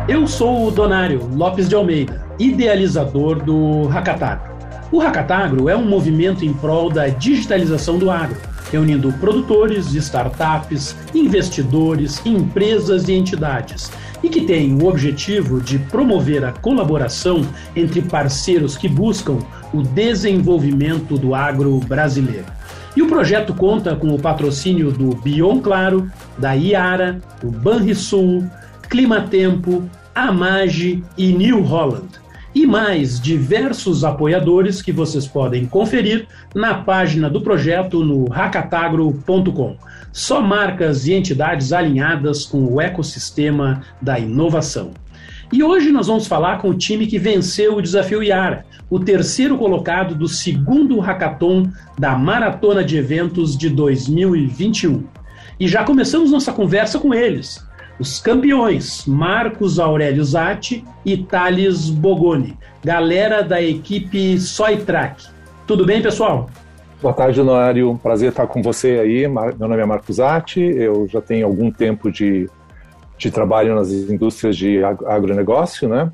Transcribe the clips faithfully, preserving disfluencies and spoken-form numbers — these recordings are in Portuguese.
Eu sou o Donário Lopes de Almeida, idealizador do Hackatagro. O Hackatagro é um movimento em prol da digitalização do agro, reunindo produtores, startups, investidores, empresas e entidades, e que tem o objetivo de promover a colaboração entre parceiros que buscam o desenvolvimento do agro brasileiro. E o projeto conta com o patrocínio do BionClaro, da Yara, o Banrisul, Climatempo, Amage e New Holland. E mais diversos apoiadores que vocês podem conferir na página do projeto no hackatagro ponto com. Só marcas e entidades alinhadas com o ecossistema da inovação. E hoje nós vamos falar com o time que venceu o Desafio Yara, o terceiro colocado do segundo hackathon da Maratona de Eventos de dois mil e vinte e um. E já começamos nossa conversa com eles. Os campeões, Marcos Aurélio Zatti e Thales Bogoni, galera da equipe Soytrack. Tudo bem, pessoal? Boa tarde, Donário. Prazer estar com você aí. Meu nome é Marcos Zatti, eu já tenho algum tempo de, de trabalho nas indústrias de agronegócio, né?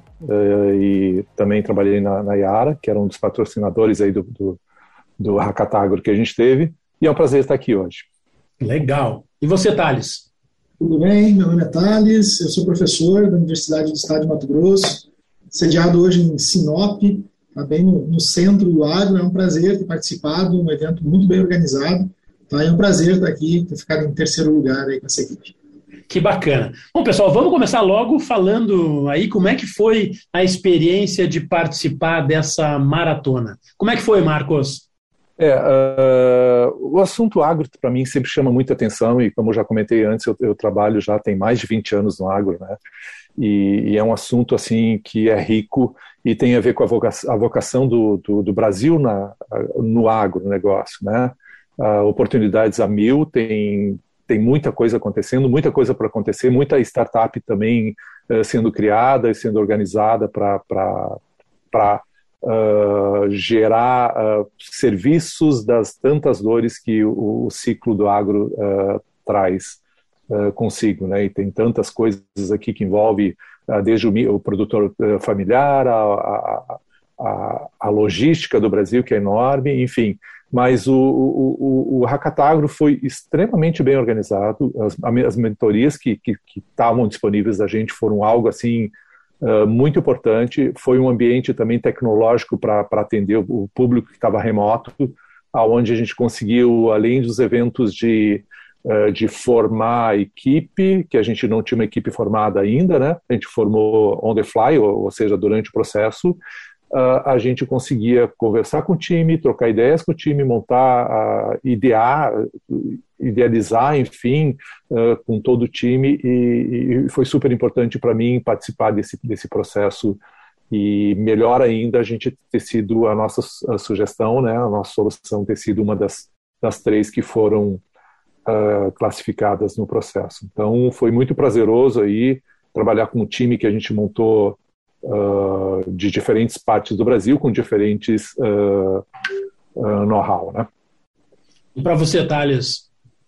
E também trabalhei na, na Yara, que era um dos patrocinadores aí do, do, do Hackatagro que a gente teve, e é um prazer estar aqui hoje. Legal. E você, Thales? Tudo bem, meu nome é Thales, eu sou professor da Universidade do Estado de Mato Grosso, sediado hoje em Sinop, tá bem no, no centro do agro. É um prazer ter participado, um evento muito bem organizado, tá? É um prazer estar aqui, ter ficado em terceiro lugar aí com essa equipe. Que bacana. Bom, pessoal, vamos começar logo falando aí como é que foi a experiência de participar dessa maratona. Como é que foi, Marcos? É, uh, o assunto agro para mim sempre chama muita atenção e, como eu já comentei antes, eu, eu trabalho já tem mais de vinte anos no agro, né? E, e é um assunto assim que é rico e tem a ver com a vocação, a vocação do, do, do Brasil na, no agronegócio, né? Uh, oportunidades a mil, tem, tem muita coisa acontecendo, muita coisa para acontecer, muita startup também uh, sendo criada e sendo organizada para Uh, gerar uh, serviços das tantas dores que o, o ciclo do agro uh, traz uh, consigo, né? E tem tantas coisas aqui que envolve uh, desde o, o produtor uh, familiar, a, a, a, a logística do Brasil, que é enorme, enfim. Mas o, o, o, o Hackatagro foi extremamente bem organizado, as, as mentorias que estavam disponíveis da gente foram algo assim Uh, muito importante. Foi um ambiente também tecnológico para atender o, o público que estava remoto, onde a gente conseguiu, além dos eventos de, uh, de formar a equipe, que a gente não tinha uma equipe formada ainda, né? A gente formou on the fly, ou, ou seja, durante o processo, uh, a gente conseguia conversar com o time, trocar ideias com o time, montar, uh, idear, idealizar, enfim, uh, com todo o time, e, e foi super importante para mim participar desse, desse processo, e melhor ainda a gente ter sido a nossa a sugestão, né, a nossa solução ter sido uma das, das três que foram uh, classificadas no processo. Então foi muito prazeroso aí trabalhar com um time que a gente montou uh, de diferentes partes do Brasil, com diferentes uh, uh, know-how, né? E para você, Thales?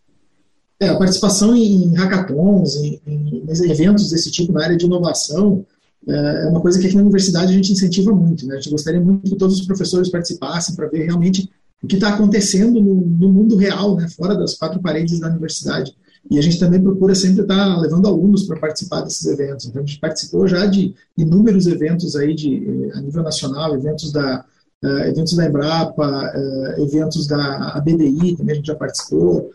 É, a participação em hackathons, em, em eventos desse tipo na área de inovação, é uma coisa que aqui na universidade a gente incentiva muito, né? A gente gostaria muito que todos os professores participassem para ver realmente o que está acontecendo no, no mundo real, né? Fora das quatro paredes da universidade. E a gente também procura sempre estar levando alunos para participar desses eventos. Então a gente participou já de inúmeros eventos aí de, a nível nacional, eventos da, uh, eventos da Embrapa, uh, eventos da A B D I, também a gente já participou.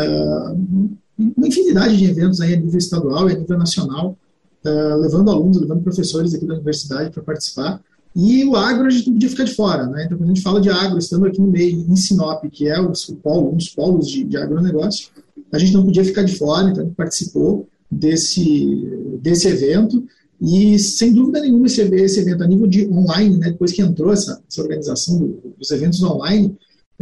Uh, uma infinidade de eventos aí a nível estadual e a nível nacional, uh, levando alunos, levando professores aqui da universidade para participar. E o agro a gente não podia ficar de fora, né? Então, quando a gente fala de agro, estando aqui no meio, em Sinop, que é o, o polo, um dos polos de, de agronegócio, a gente não podia ficar de fora, então a gente participou desse, desse evento. E, sem dúvida nenhuma, esse, esse evento a nível de online, né, depois que entrou essa, essa organização do, dos eventos online,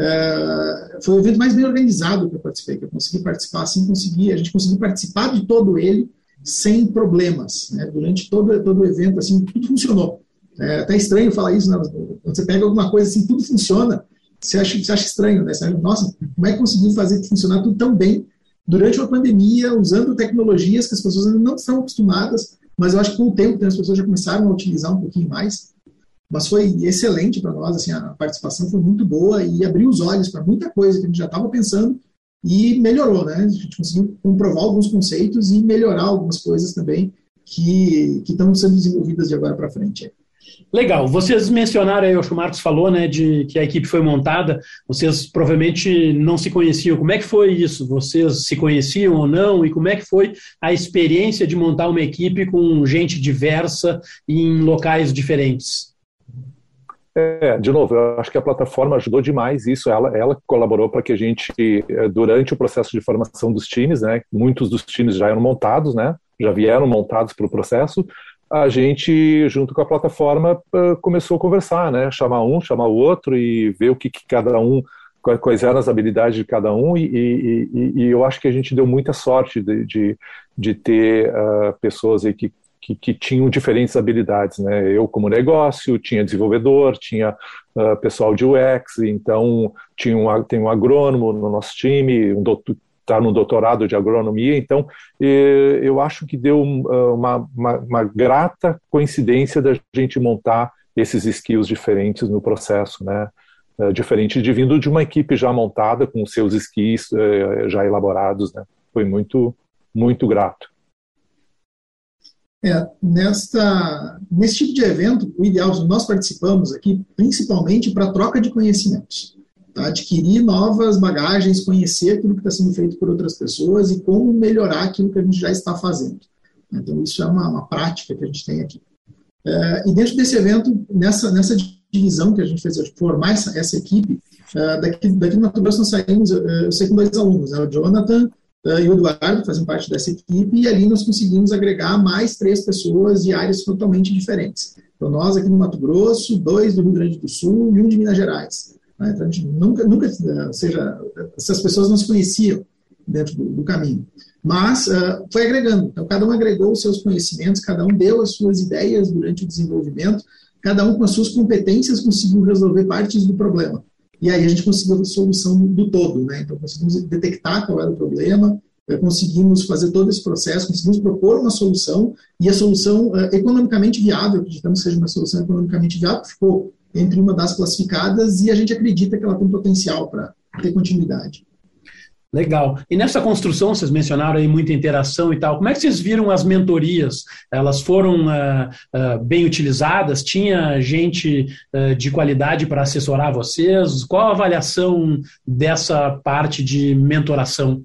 Uh, foi o evento mais bem organizado que eu participei, que eu consegui participar assim, consegui, a gente conseguiu participar de todo ele sem problemas, né? Durante todo, todo o evento, assim, tudo funcionou. É até estranho falar isso, né? Quando você pega alguma coisa assim, tudo funciona, você acha, você acha estranho, né? Você acha, nossa, como é que conseguiu fazer funcionar tudo tão bem durante uma pandemia, usando tecnologias que as pessoas ainda não estão acostumadas, mas eu acho que com o tempo né, as pessoas já começaram a utilizar um pouquinho mais. Mas foi excelente para nós, assim, a participação foi muito boa e abriu os olhos para muita coisa que a gente já estava pensando e melhorou, né? A gente conseguiu comprovar alguns conceitos e melhorar algumas coisas também que, que estão sendo desenvolvidas de agora para frente. Legal. Vocês mencionaram aí, o Marcos falou, né, de que a equipe foi montada, vocês provavelmente não se conheciam. Como é que foi isso? Vocês se conheciam ou não? E como é que foi a experiência de montar uma equipe com gente diversa e em locais diferentes? É, de novo, eu acho que a plataforma ajudou demais isso, ela, ela colaborou para que a gente, durante o processo de formação dos times, né, muitos dos times já eram montados, né, já vieram montados para o processo, a gente, junto com a plataforma, começou a conversar, né, chamar um, chamar o outro e ver o que, que cada um, quais eram as habilidades de cada um e, e, e, e eu acho que a gente deu muita sorte de, de, de ter uh, pessoas aí que Que, que tinham diferentes habilidades, né? Eu como negócio, tinha desenvolvedor, tinha uh, pessoal de U X, então tinha um, tem um agrônomo no nosso time, um doutor, está no doutorado de agronomia, então eh, eu acho que deu uh, uma, uma, uma grata coincidência da gente montar esses skills diferentes no processo, né? Uh, diferente de vindo de uma equipe já montada com seus skills uh, já elaborados, né? Foi muito, muito grato. É, nesta, nesse tipo de evento, o ideal, nós participamos aqui principalmente para troca de conhecimentos, tá? Adquirir novas bagagens, conhecer aquilo que está sendo feito por outras pessoas e como melhorar aquilo que a gente já está fazendo. Então, isso é uma, uma prática que a gente tem aqui. É, e dentro desse evento, nessa, nessa divisão que a gente fez, de formar essa, essa equipe, é, daqui, daqui no Mato Grosso nós saímos, eu, eu sei com dois alunos, né, o Jonathan Uh, e o Eduardo fazem parte dessa equipe, e ali nós conseguimos agregar mais três pessoas de áreas totalmente diferentes. Então, nós aqui no Mato Grosso, dois do Rio Grande do Sul e um de Minas Gerais. Né? Então, a gente nunca, nunca, ou seja, essas pessoas não se conheciam dentro do, do caminho. Mas uh, foi agregando. Então, cada um agregou os seus conhecimentos, cada um deu as suas ideias durante o desenvolvimento, cada um com as suas competências conseguiu resolver partes do problema. E aí a gente conseguiu a solução do todo, né? Então conseguimos detectar qual era o problema, conseguimos fazer todo esse processo, conseguimos propor uma solução, e a solução uh, economicamente viável, acreditamos que seja uma solução economicamente viável, ficou entre uma das classificadas, e a gente acredita que ela tem potencial para ter continuidade. Legal. E nessa construção, vocês mencionaram aí muita interação e tal, como é que vocês viram as mentorias? Elas foram uh, uh, bem utilizadas? Tinha gente uh, de qualidade para assessorar vocês? Qual a avaliação dessa parte de mentoração?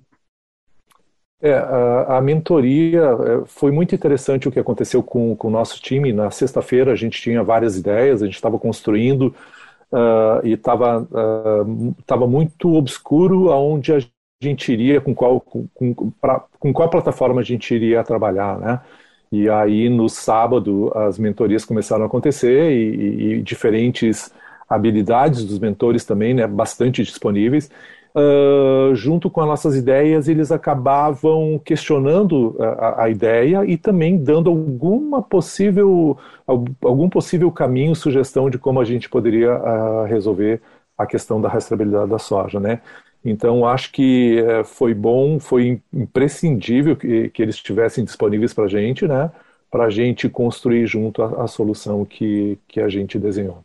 É, a, a mentoria foi muito interessante o que aconteceu com, com o nosso time. Na sexta-feira a gente tinha várias ideias, a gente estava construindo uh, e estava uh, tava muito obscuro aonde a a gente iria, com qual, com, com, pra, com qual plataforma a gente iria trabalhar, né? E aí, no sábado, as mentorias começaram a acontecer e, e, e diferentes habilidades dos mentores também, né? Bastante disponíveis. Uh, junto com as nossas ideias, eles acabavam questionando a, a ideia e também dando alguma possível, algum possível caminho, sugestão de como a gente poderia uh, resolver a questão da rastreabilidade da soja, né? Então, acho que foi bom, foi imprescindível que, que eles estivessem disponíveis para a gente, né? Para a gente construir junto a, a solução que, que a gente desenhou.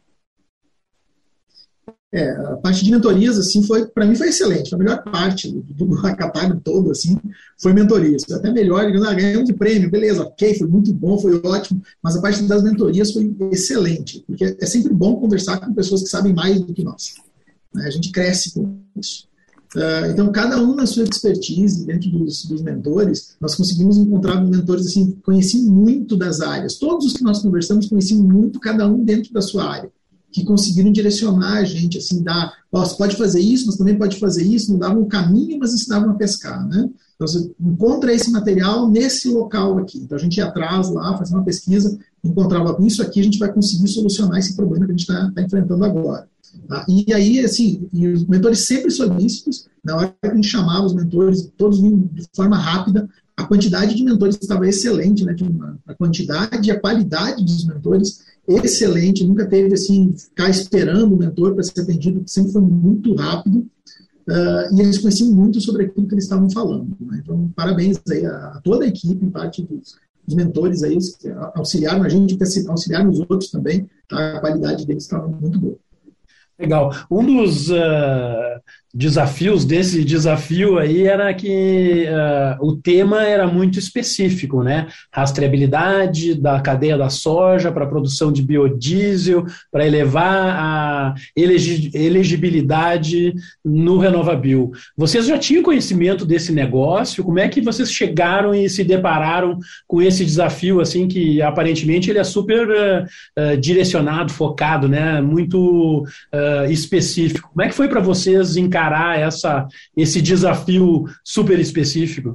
É, a parte de mentorias, assim, foi, para mim foi excelente. A melhor parte do, do hackathon todo, assim, foi mentorias. Foi até melhor, ah, ganhamos o prêmio, beleza, ok, foi muito bom, foi ótimo, mas a parte das mentorias foi excelente, porque é sempre bom conversar com pessoas que sabem mais do que nós. Né? A gente cresce com isso. Uh, então, cada um na sua expertise, dentro dos, dos mentores, nós conseguimos encontrar mentores assim, que conheciam muito das áreas. Todos os que nós conversamos conheciam muito, cada um dentro da sua área, que conseguiram direcionar a gente, assim, dar, ó, você pode fazer isso, mas também pode fazer isso, não davam um caminho, mas ensinavam a pescar, né? Então, você encontra esse material nesse local aqui. Então, a gente ia atrás lá, fazia uma pesquisa, encontrava com isso aqui, a gente vai conseguir solucionar esse problema que a gente está tá enfrentando agora. Tá? E aí, assim, e os mentores sempre solícitos, na hora que a gente chamava os mentores, todos vinham de forma rápida, a quantidade de mentores estava excelente, né? A quantidade e a qualidade dos mentores excelente, nunca teve, assim, ficar esperando o mentor para ser atendido, sempre foi muito rápido, uh, e eles conheciam muito sobre aquilo que eles estavam falando. Né? Então, parabéns aí a, a toda a equipe, em parte dos, os mentores aí auxiliaram a gente, auxiliaram os outros também, tá? A qualidade deles estava muito boa. Legal. Um dos uh, desafios desse desafio aí era que uh, o tema era muito específico, né? Rastreabilidade da cadeia da soja para a produção de biodiesel, para elevar a elegi- elegibilidade no RenovaBio. Vocês já tinham conhecimento desse negócio? Como é que vocês chegaram e se depararam com esse desafio, assim, que aparentemente ele é super uh, uh, direcionado, focado, né? Muito uh, específico. Como é que foi para vocês encarar essa, esse desafio super específico?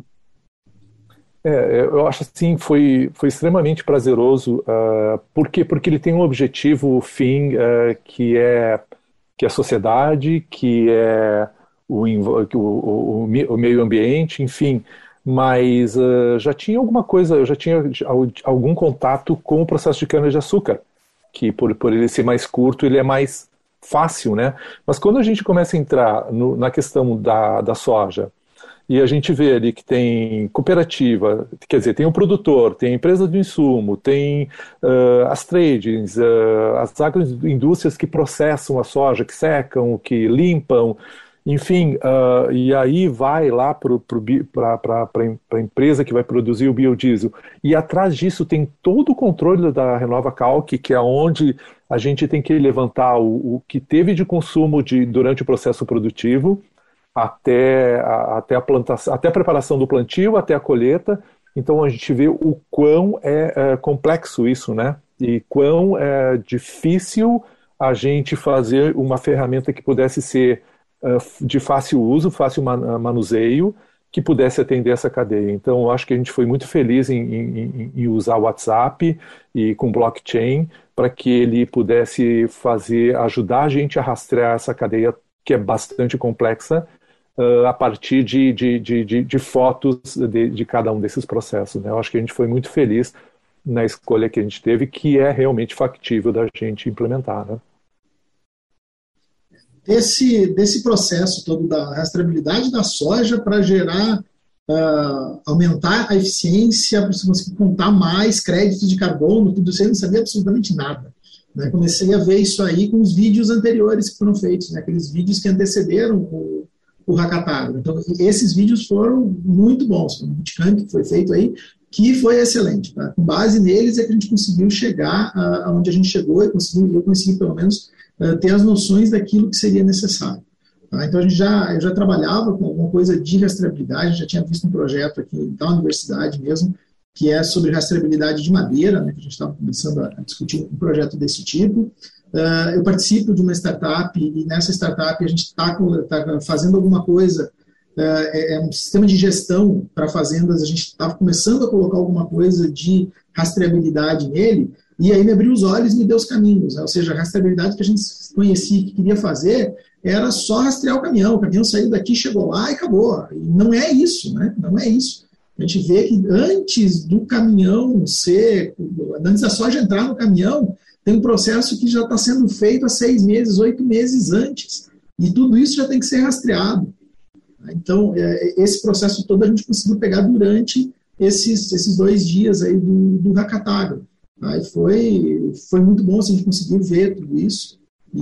É, eu acho assim, foi, foi extremamente prazeroso. Uh, por quê? Porque ele tem um objetivo fim uh, que é que é a sociedade, que é o, o, o, o meio ambiente, enfim. Mas uh, já tinha alguma coisa, eu já tinha algum contato com o processo de cana-de-açúcar, que por, por ele ser mais curto, ele é mais fácil, né? Mas quando a gente começa a entrar no, na questão da, da soja, e a gente vê ali que tem cooperativa, quer dizer, tem o produtor, tem a empresa do insumo, tem uh, as tradings, uh, as agroindústrias que processam a soja, que secam, que limpam, enfim, uh, e aí vai lá para a empresa que vai produzir o biodiesel. E atrás disso tem todo o controle da Renova Calc, que é onde a gente tem que levantar o, o que teve de consumo de, durante o processo produtivo, até a, até, a plantação, até a preparação do plantio, até a colheita. Então a gente vê o quão é, é complexo isso, né? E quão é difícil a gente fazer uma ferramenta que pudesse ser de fácil uso, fácil manuseio, que pudesse atender essa cadeia. Então, eu acho que a gente foi muito feliz em, em, em usar o WhatsApp e com blockchain para que ele pudesse fazer, ajudar a gente a rastrear essa cadeia que é bastante complexa uh, a partir de, de, de, de, de fotos de, de cada um desses processos, né? Eu acho que a gente foi muito feliz na escolha que a gente teve, que é realmente factível da gente implementar, né? Desse, desse processo todo da rastreabilidade da soja para gerar, uh, aumentar a eficiência, para você conseguir contar mais créditos de carbono, tudo isso eu não sabia absolutamente nada. Né? Comecei a ver isso aí com os vídeos anteriores que foram feitos, né? Aqueles vídeos que antecederam o, o Hackatagro. Então, esses vídeos foram muito bons, o bootcamp que foi feito aí, que foi excelente. Tá? Com base neles é que a gente conseguiu chegar aonde a gente chegou e conseguiu, eu consegui pelo menos ter as noções daquilo que seria necessário. Tá? Então, a gente já, eu já trabalhava com alguma coisa de rastreabilidade, já tinha visto um projeto aqui da universidade mesmo, que é sobre rastreabilidade de madeira, né, que a gente estava começando a discutir um projeto desse tipo. Uh, eu participo de uma startup e nessa startup a gente está tá fazendo alguma coisa, uh, é, é um sistema de gestão para fazendas, a gente estava começando a colocar alguma coisa de rastreabilidade nele, e aí me abriu os olhos e me deu os caminhos. Né? Ou seja, a rastreabilidade que a gente conhecia, que queria fazer, era só rastrear o caminhão. O caminhão saiu daqui, chegou lá e acabou. E não é isso, né? Não é isso. A gente vê que antes do caminhão ser, antes da soja entrar no caminhão, tem um processo que já está sendo feito há seis meses, oito meses antes. E tudo isso já tem que ser rastreado. Então, esse processo todo a gente conseguiu pegar durante esses, esses dois dias aí do, do Hackatagro. Aí foi, foi muito bom, assim, a gente conseguiu ver tudo isso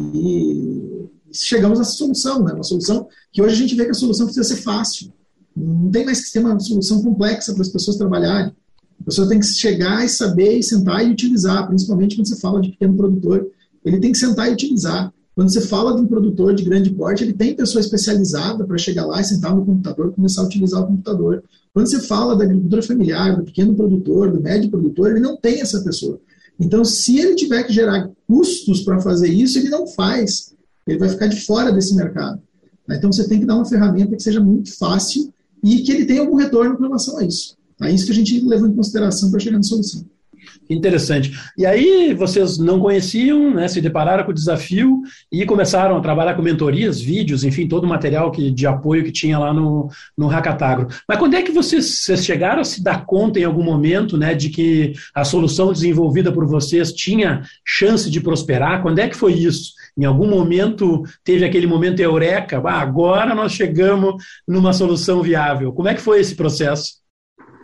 e chegamos a essa solução, né? Uma solução que hoje a gente vê que a solução precisa ser fácil. Não tem mais que ter uma solução complexa para as pessoas trabalharem. A pessoa tem que chegar e saber e sentar e utilizar, principalmente quando você fala de pequeno produtor. Ele tem que sentar e utilizar. Quando você fala de um produtor de grande porte, ele tem pessoa especializada para chegar lá e sentar no computador e começar a utilizar o computador. Quando você fala da agricultura familiar, do pequeno produtor, do médio produtor, ele não tem essa pessoa. Então, se ele tiver que gerar custos para fazer isso, ele não faz. Ele vai ficar de fora desse mercado. Então, você tem que dar uma ferramenta que seja muito fácil e que ele tenha algum retorno com relação a isso. É isso que a gente leva em consideração para chegar na solução. Interessante. E aí vocês não conheciam, né, se depararam com o desafio e começaram a trabalhar com mentorias, vídeos, enfim, todo o material que, de apoio que tinha lá no, no Hackatagro. Mas quando é que vocês, vocês chegaram a se dar conta em algum momento, né, de que a solução desenvolvida por vocês tinha chance de prosperar? Quando é que foi isso? Em algum momento teve aquele momento eureka, ah, agora nós chegamos numa solução viável. Como é que foi esse processo?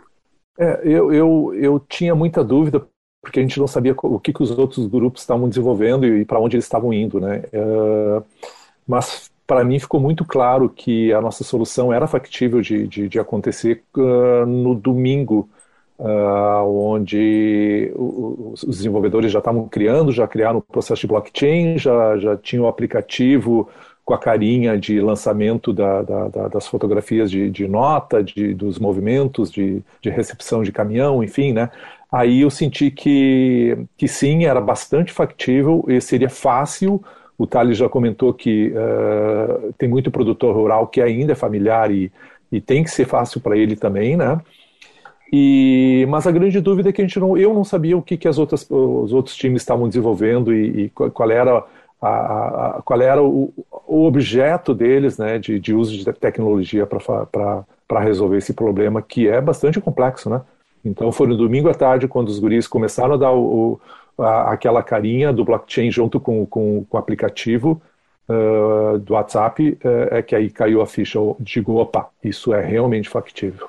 É, eu, eu, eu tinha muita dúvida, porque a gente não sabia o que, que os outros grupos estavam desenvolvendo e para onde eles estavam indo, né? Uh, mas para mim ficou muito claro que a nossa solução era factível de, de, de acontecer uh, no domingo, uh, onde os, os desenvolvedores já estavam criando, já criaram o processo de blockchain, já, já tinham o aplicativo com a carinha de lançamento da, da, da, das fotografias de, de nota, de, dos movimentos, de, de recepção de caminhão, enfim, né? Aí eu senti que, que sim, era bastante factível e seria fácil. O Thales já comentou que uh, tem muito produtor rural que ainda é familiar e, e tem que ser fácil para ele também, né? E, mas a grande dúvida é que a gente não, eu não sabia o que, que as outras, os outros times estavam desenvolvendo e, e qual era, a, a, qual era o, o objeto deles, né, de, de uso de tecnologia para resolver esse problema, que é bastante complexo, né? Então foi no domingo à tarde, quando os guris começaram a dar o, a, aquela carinha do blockchain junto com, com, com o aplicativo uh, do WhatsApp, uh, é que aí caiu a ficha, digo, opa, isso é realmente factível.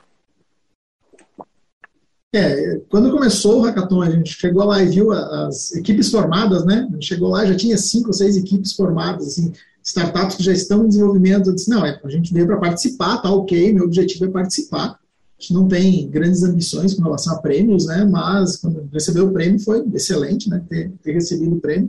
É, quando começou o Hackathon, a gente chegou lá e viu as equipes formadas, né? A gente chegou lá, já tinha cinco ou seis equipes formadas, assim, startups que já estão em desenvolvimento. Eu disse, não, a gente veio para participar, tá ok, meu objetivo é participar. A gente não tem grandes ambições com relação a prêmios, né? Mas quando recebeu o prêmio foi excelente, né? Ter, ter recebido o prêmio.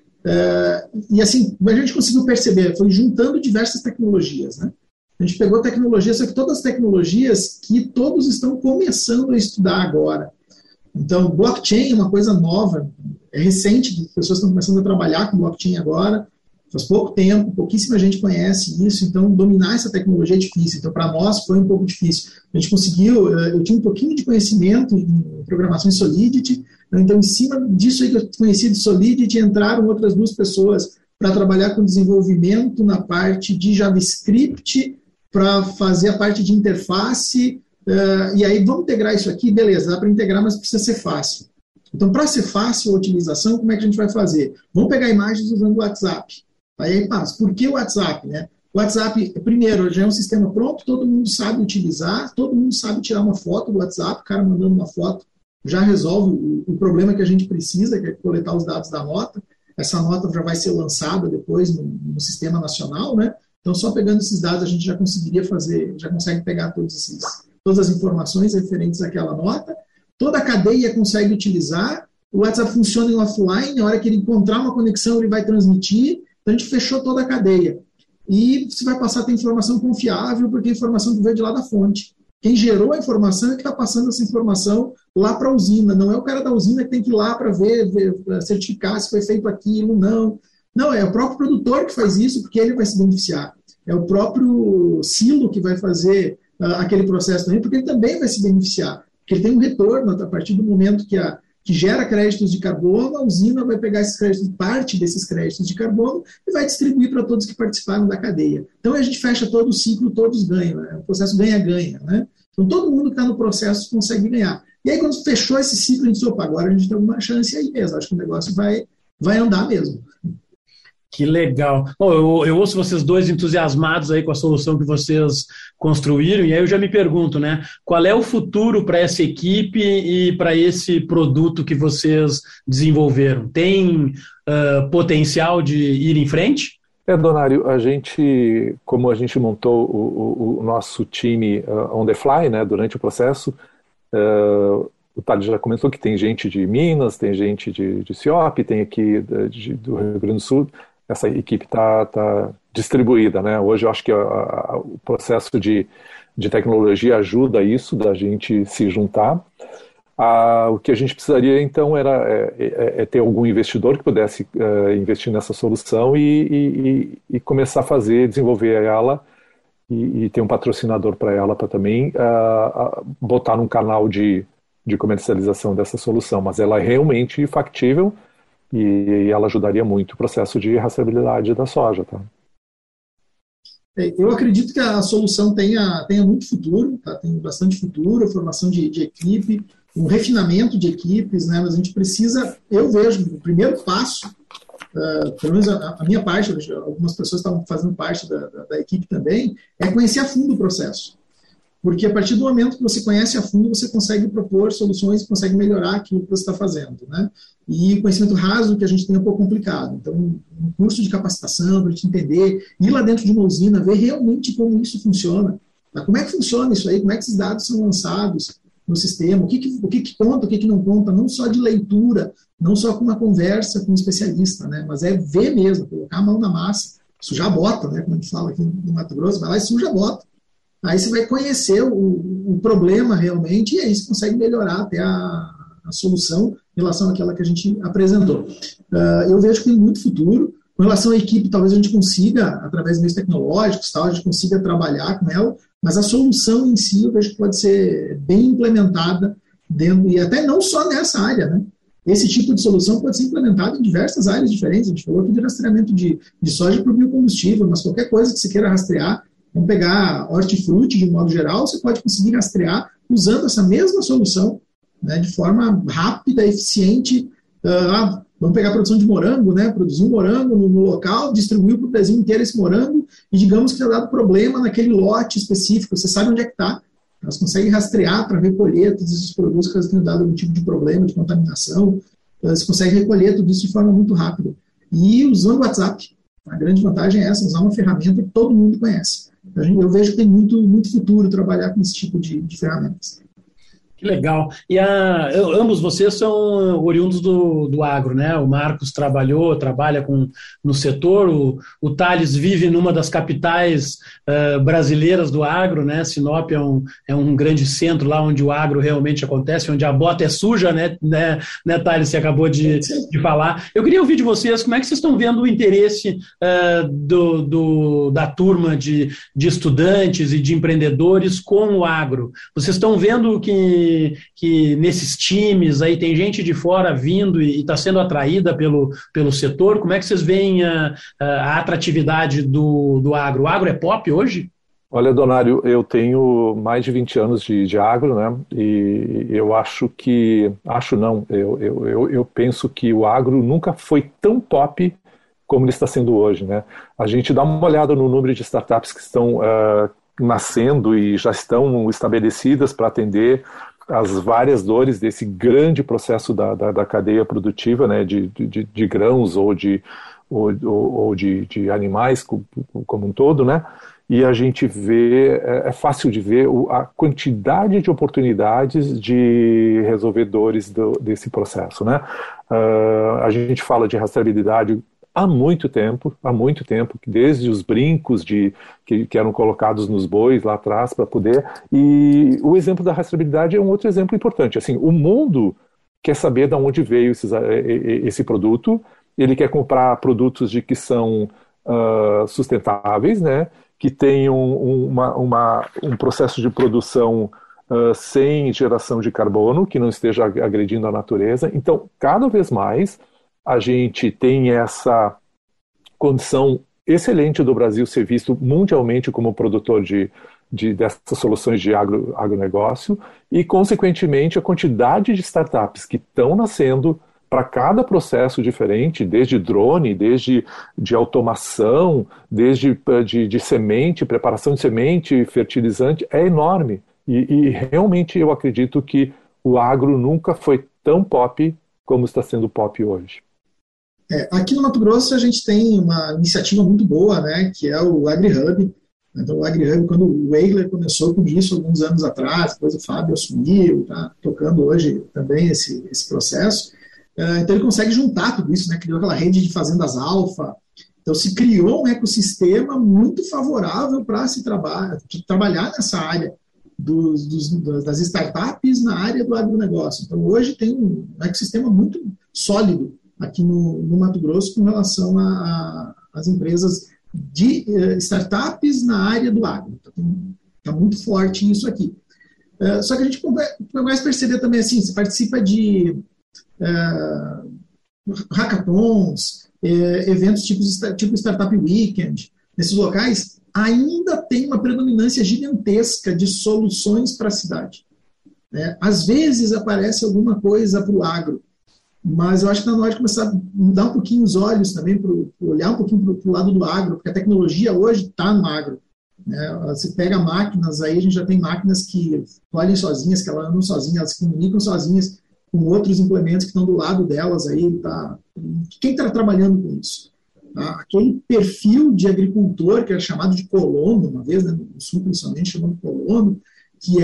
É, e assim, a gente conseguiu perceber, foi juntando diversas tecnologias, né? A gente pegou tecnologias, só que todas as tecnologias que todos estão começando a estudar agora. Então, blockchain é uma coisa nova, é recente, as pessoas estão começando a trabalhar com blockchain agora, faz pouco tempo, pouquíssima gente conhece isso, então dominar essa tecnologia é difícil. Então, para nós foi um pouco difícil. A gente conseguiu, eu tinha um pouquinho de conhecimento em programação em Solidity, então, em cima disso aí que eu conhecia de Solidity, entraram outras duas pessoas para trabalhar com desenvolvimento na parte de JavaScript, para fazer a parte de interface, uh, e aí vamos integrar isso aqui, beleza, dá para integrar, mas precisa ser fácil. Então, para ser fácil a utilização, como é que a gente vai fazer? Vamos pegar imagens usando o WhatsApp. Aí, mas por que o WhatsApp, né? O WhatsApp, primeiro, já é um sistema pronto, todo mundo sabe utilizar, todo mundo sabe tirar uma foto do WhatsApp, o cara mandando uma foto já resolve o, o problema que a gente precisa, que é coletar os dados da nota. Essa nota já vai ser lançada depois no, no sistema nacional, né? Então, só pegando esses dados, a gente já conseguiria fazer, já consegue pegar todos esses, todas as informações referentes àquela nota. Toda a cadeia consegue utilizar. O WhatsApp funciona em offline, na hora que ele encontrar uma conexão, ele vai transmitir. Então, a gente fechou toda a cadeia. E você vai passar a ter informação confiável, porque a informação que veio de lá da fonte. Quem gerou a informação é que está passando essa informação lá para a usina. Não é o cara da usina que tem que ir lá para ver, ver, certificar se foi feito aquilo, não. Não, é o próprio produtor que faz isso, porque ele vai se beneficiar. É o próprio silo que vai fazer uh, aquele processo também, porque ele também vai se beneficiar. Porque ele tem um retorno a partir do momento que, a, que gera créditos de carbono, a usina vai pegar esses créditos, parte desses créditos de carbono, e vai distribuir para todos que participaram da cadeia. Então, a gente fecha todo o ciclo, todos ganham. Né? O processo ganha-ganha. Né? Então, todo mundo que está no processo consegue ganhar. E aí, quando fechou esse ciclo, a gente disse, opa, agora a gente tem alguma chance aí mesmo. Acho que o negócio vai, vai andar mesmo. Que legal. Bom, eu, eu ouço vocês dois entusiasmados aí com a solução que vocês construíram, e aí eu já me pergunto, né? Qual é o futuro para essa equipe e para esse produto que vocês desenvolveram? Tem uh, potencial de ir em frente? É, Donário, a gente, como a gente montou o, o, o nosso time uh, on the fly, né, durante o processo, uh, o Thales já comentou que tem gente de Minas, tem gente de, de Ciop, tem aqui de, de, do Rio Grande do Sul. Essa equipe está tá distribuída, né? Hoje eu acho que a, a, o processo de, de tecnologia ajuda isso, da gente se juntar. Ah, o que a gente precisaria, então, era é, é, é ter algum investidor que pudesse é, investir nessa solução e, e, e começar a fazer, desenvolver ela e, e ter um patrocinador para ela, para também uh, botar num canal de, de comercialização dessa solução. Mas ela é realmente factível e ela ajudaria muito o processo de rastreabilidade da soja. Tá? Eu acredito que a solução tenha, tenha muito futuro, tá? Tem bastante futuro, formação de, de equipe, um refinamento de equipes, né? Mas a gente precisa, eu vejo, o primeiro passo, uh, pelo menos a, a minha parte, algumas pessoas estavam fazendo parte da, da, da equipe também, é conhecer a fundo o processo. Porque a partir do momento que você conhece a fundo, você consegue propor soluções, consegue melhorar aquilo que você está fazendo, né? E o conhecimento raso que a gente tem é um pouco complicado. Então, um curso de capacitação para a gente entender, ir lá dentro de uma usina, ver realmente como isso funciona. Tá? Como é que funciona isso aí? Como é que esses dados são lançados no sistema? O que, que, o que, que conta, o que, que não conta? Não só de leitura, não só com uma conversa com um especialista, né? Mas é ver mesmo, colocar a mão na massa, sujar a bota, né? Como a gente fala aqui no Mato Grosso, vai lá e suja a bota. Aí você vai conhecer o, o problema realmente e aí você consegue melhorar até a, a solução em relação àquela que a gente apresentou. Uh, eu vejo que tem muito futuro. Com relação à equipe, talvez a gente consiga, através de meios tecnológicos, tal, a gente consiga trabalhar com ela, mas a solução em si eu vejo que pode ser bem implementada dentro, e até não só nessa área, né? Esse tipo de solução pode ser implementado em diversas áreas diferentes. A gente falou aqui de rastreamento de, de soja para o biocombustível, mas qualquer coisa que você queira rastrear, vamos pegar hortifruti de um modo geral, você pode conseguir rastrear usando essa mesma solução, né, de forma rápida, eficiente. Uh, vamos pegar a produção de morango, né, produzir um morango no, no local, distribuir para o Brasil inteiro esse morango e digamos que está dado problema naquele lote específico, você sabe onde é que está. Elas conseguem rastrear para recolher todos esses produtos que elas têm dado algum tipo de problema, de contaminação. Você consegue recolher tudo isso de forma muito rápida. E usando o WhatsApp, a grande vantagem é essa, usar uma ferramenta que todo mundo conhece. Eu vejo que tem muito, muito futuro trabalhar com esse tipo de, de ferramentas. Que legal. E a, ambos vocês são oriundos do, do agro, né? O Marcos trabalhou, trabalha com, no setor, o, o Thales vive numa das capitais uh, brasileiras do agro, né? Sinop é um, é um grande centro lá onde o agro realmente acontece, onde a bota é suja, né, né, né Thales? Você acabou de, de falar. Eu queria ouvir de vocês, como é que vocês estão vendo o interesse uh, do, do, da turma de, de estudantes e de empreendedores com o agro? Vocês estão vendo que que nesses times aí tem gente de fora vindo e está sendo atraída pelo, pelo setor? Como é que vocês veem a, a atratividade do, do agro? O agro é pop hoje? Olha, Donário, eu tenho mais de vinte anos de, de agro, né? E eu acho que, acho não, eu, eu, eu, eu penso que o agro nunca foi tão pop como ele está sendo hoje, né? A gente dá uma olhada no número de startups que estão uh, nascendo e já estão estabelecidas para atender as várias dores desse grande processo da, da, da cadeia produtiva, né, de, de, de grãos ou de, ou, ou de, de animais como um todo, né, e a gente vê, é, é fácil de ver o, a quantidade de oportunidades de resolver dores do, desse processo, né. Uh, a gente fala de rastreabilidade há muito tempo, há muito tempo, desde os brincos de, que, que eram colocados nos bois lá atrás para poder, e o exemplo da rastreabilidade é um outro exemplo importante. Assim, o mundo quer saber de onde veio esses, esse produto, ele quer comprar produtos de que são uh, sustentáveis, né, que tenham uma, uma, um processo de produção uh, sem geração de carbono, que não esteja agredindo a natureza. Então, cada vez mais, a gente tem essa condição excelente do Brasil ser visto mundialmente como produtor de, de, dessas soluções de agro, agronegócio e, consequentemente, a quantidade de startups que estão nascendo para cada processo diferente, desde drone, desde de automação, desde de, de semente, preparação de semente, fertilizante, é enorme. E, e realmente eu acredito que o agro nunca foi tão pop como está sendo pop hoje. É, aqui no Mato Grosso a gente tem uma iniciativa muito boa, né, que é o AgriHub. Então o AgriHub, quando o Weigler começou com isso alguns anos atrás, depois o Fábio assumiu, está tocando hoje também esse, esse processo. Uh, então ele consegue juntar tudo isso, né, criou aquela rede de fazendas alfa. Então se criou um ecossistema muito favorável para se traba- trabalhar nessa área dos, dos, das startups na área do agronegócio. Então hoje tem um ecossistema muito sólido aqui no, no Mato Grosso com relação às empresas de uh, startups na área do agro. Está então, muito forte isso aqui. Uh, só que a gente começa a perceber também assim, você participa de uh, hackathons, uh, eventos tipo, tipo Startup Weekend, nesses locais, ainda tem uma predominância gigantesca de soluções para a cidade. Né? Às vezes aparece alguma coisa para o agro, mas eu acho que está na hora de começar a mudar um pouquinho os olhos também, para olhar um pouquinho para o lado do agro, porque a tecnologia hoje está no agro. Né? Você pega máquinas, aí a gente já tem máquinas que colhem sozinhas, que elas andam sozinhas, elas se comunicam sozinhas com outros implementos que estão do lado delas. Aí, tá? Quem está trabalhando com isso? Tá? Aquele perfil de agricultor que era chamado de colono, uma vez, né, no sul principalmente, chamado colono, que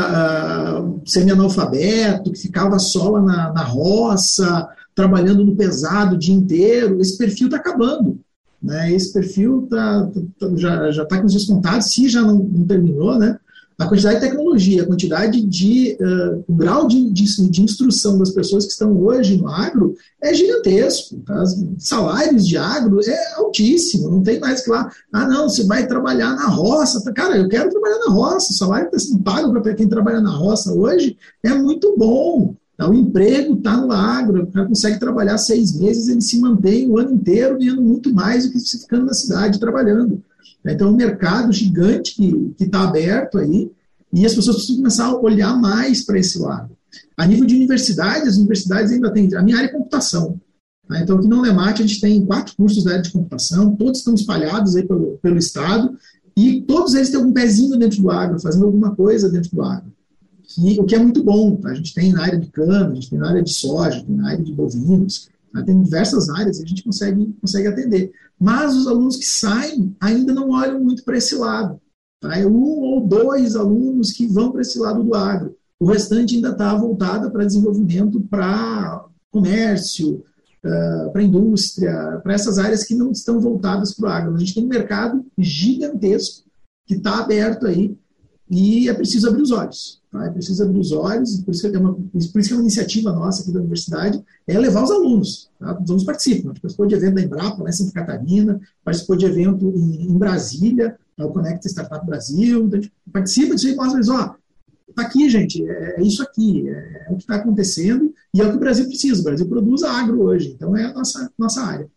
era uh, semi-analfabeto, que ficava só lá na, na roça, trabalhando no pesado o dia inteiro, esse perfil está acabando. Né? Esse perfil tá, tá, já está com os dias contados, se já não, não terminou, né? A quantidade de tecnologia, a quantidade de uh, o grau de, de, de instrução das pessoas que estão hoje no agro é gigantesco. Tá? Os salários de agro é altíssimo, não tem mais que lá, ah não, você vai trabalhar na roça. Cara, eu quero trabalhar na roça, o salário que está sendo pago para quem trabalha na roça hoje é muito bom. Tá? O emprego está no agro, o cara consegue trabalhar seis meses, ele se mantém o ano inteiro ganhando muito mais do que você ficando na cidade trabalhando. Então, é um mercado gigante que está aberto aí, e as pessoas precisam começar a olhar mais para esse lado. A nível de universidade, as universidades ainda têm... A minha área é computação. Tá? Então, aqui na Unemate, a gente tem quatro cursos da área de computação, todos estão espalhados aí pelo, pelo estado, e todos eles têm algum pezinho dentro do agro, fazendo alguma coisa dentro do agro. E, o que é muito bom. Tá? A gente tem na área de cana, a gente tem na área de soja, tem na área de bovinos, tá? Tem diversas áreas e a gente consegue, consegue atender. Mas os alunos que saem ainda não olham muito para esse lado. Tá? É um ou dois alunos que vão para esse lado do agro. O restante ainda está voltado para desenvolvimento, para comércio, uh, para indústria, para essas áreas que não estão voltadas para o agro. A gente tem um mercado gigantesco que está aberto aí e é preciso abrir os olhos. Tá? É preciso abrir os olhos, por isso que é uma, por isso que é uma iniciativa nossa aqui da universidade, é levar os alunos. Tá? Os alunos participam. A gente participou de evento da Embrapa, lá em Santa Catarina, participou de evento em, em Brasília, o Conecta Startup Brasil, então a gente participa disso e mostra eles, ó, tá aqui, gente, é, é isso aqui, é, é o que está acontecendo e é o que o Brasil precisa. O Brasil produz agro hoje, então é a nossa, nossa área.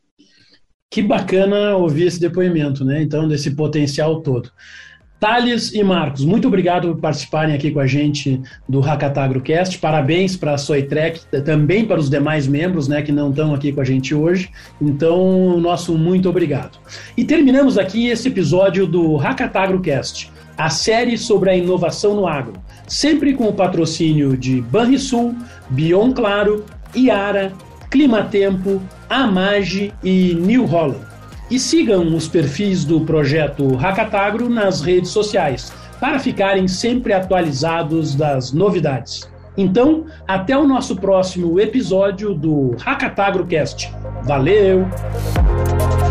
Que bacana ouvir esse depoimento, né? Então, desse potencial todo. Thales e Marcos, muito obrigado por participarem aqui com a gente do HackatagroCast. Parabéns para a Soitrec, também para os demais membros, né, que não estão aqui com a gente hoje. Então, nosso muito obrigado. E terminamos aqui esse episódio do HackatagroCast, a série sobre a inovação no agro, sempre com o patrocínio de Banrisul, Bion Claro, Iara, Climatempo, Amage e New Holland. E sigam os perfis do projeto Hackatagro nas redes sociais, para ficarem sempre atualizados das novidades. Então, até o nosso próximo episódio do HackatagroCast. Valeu!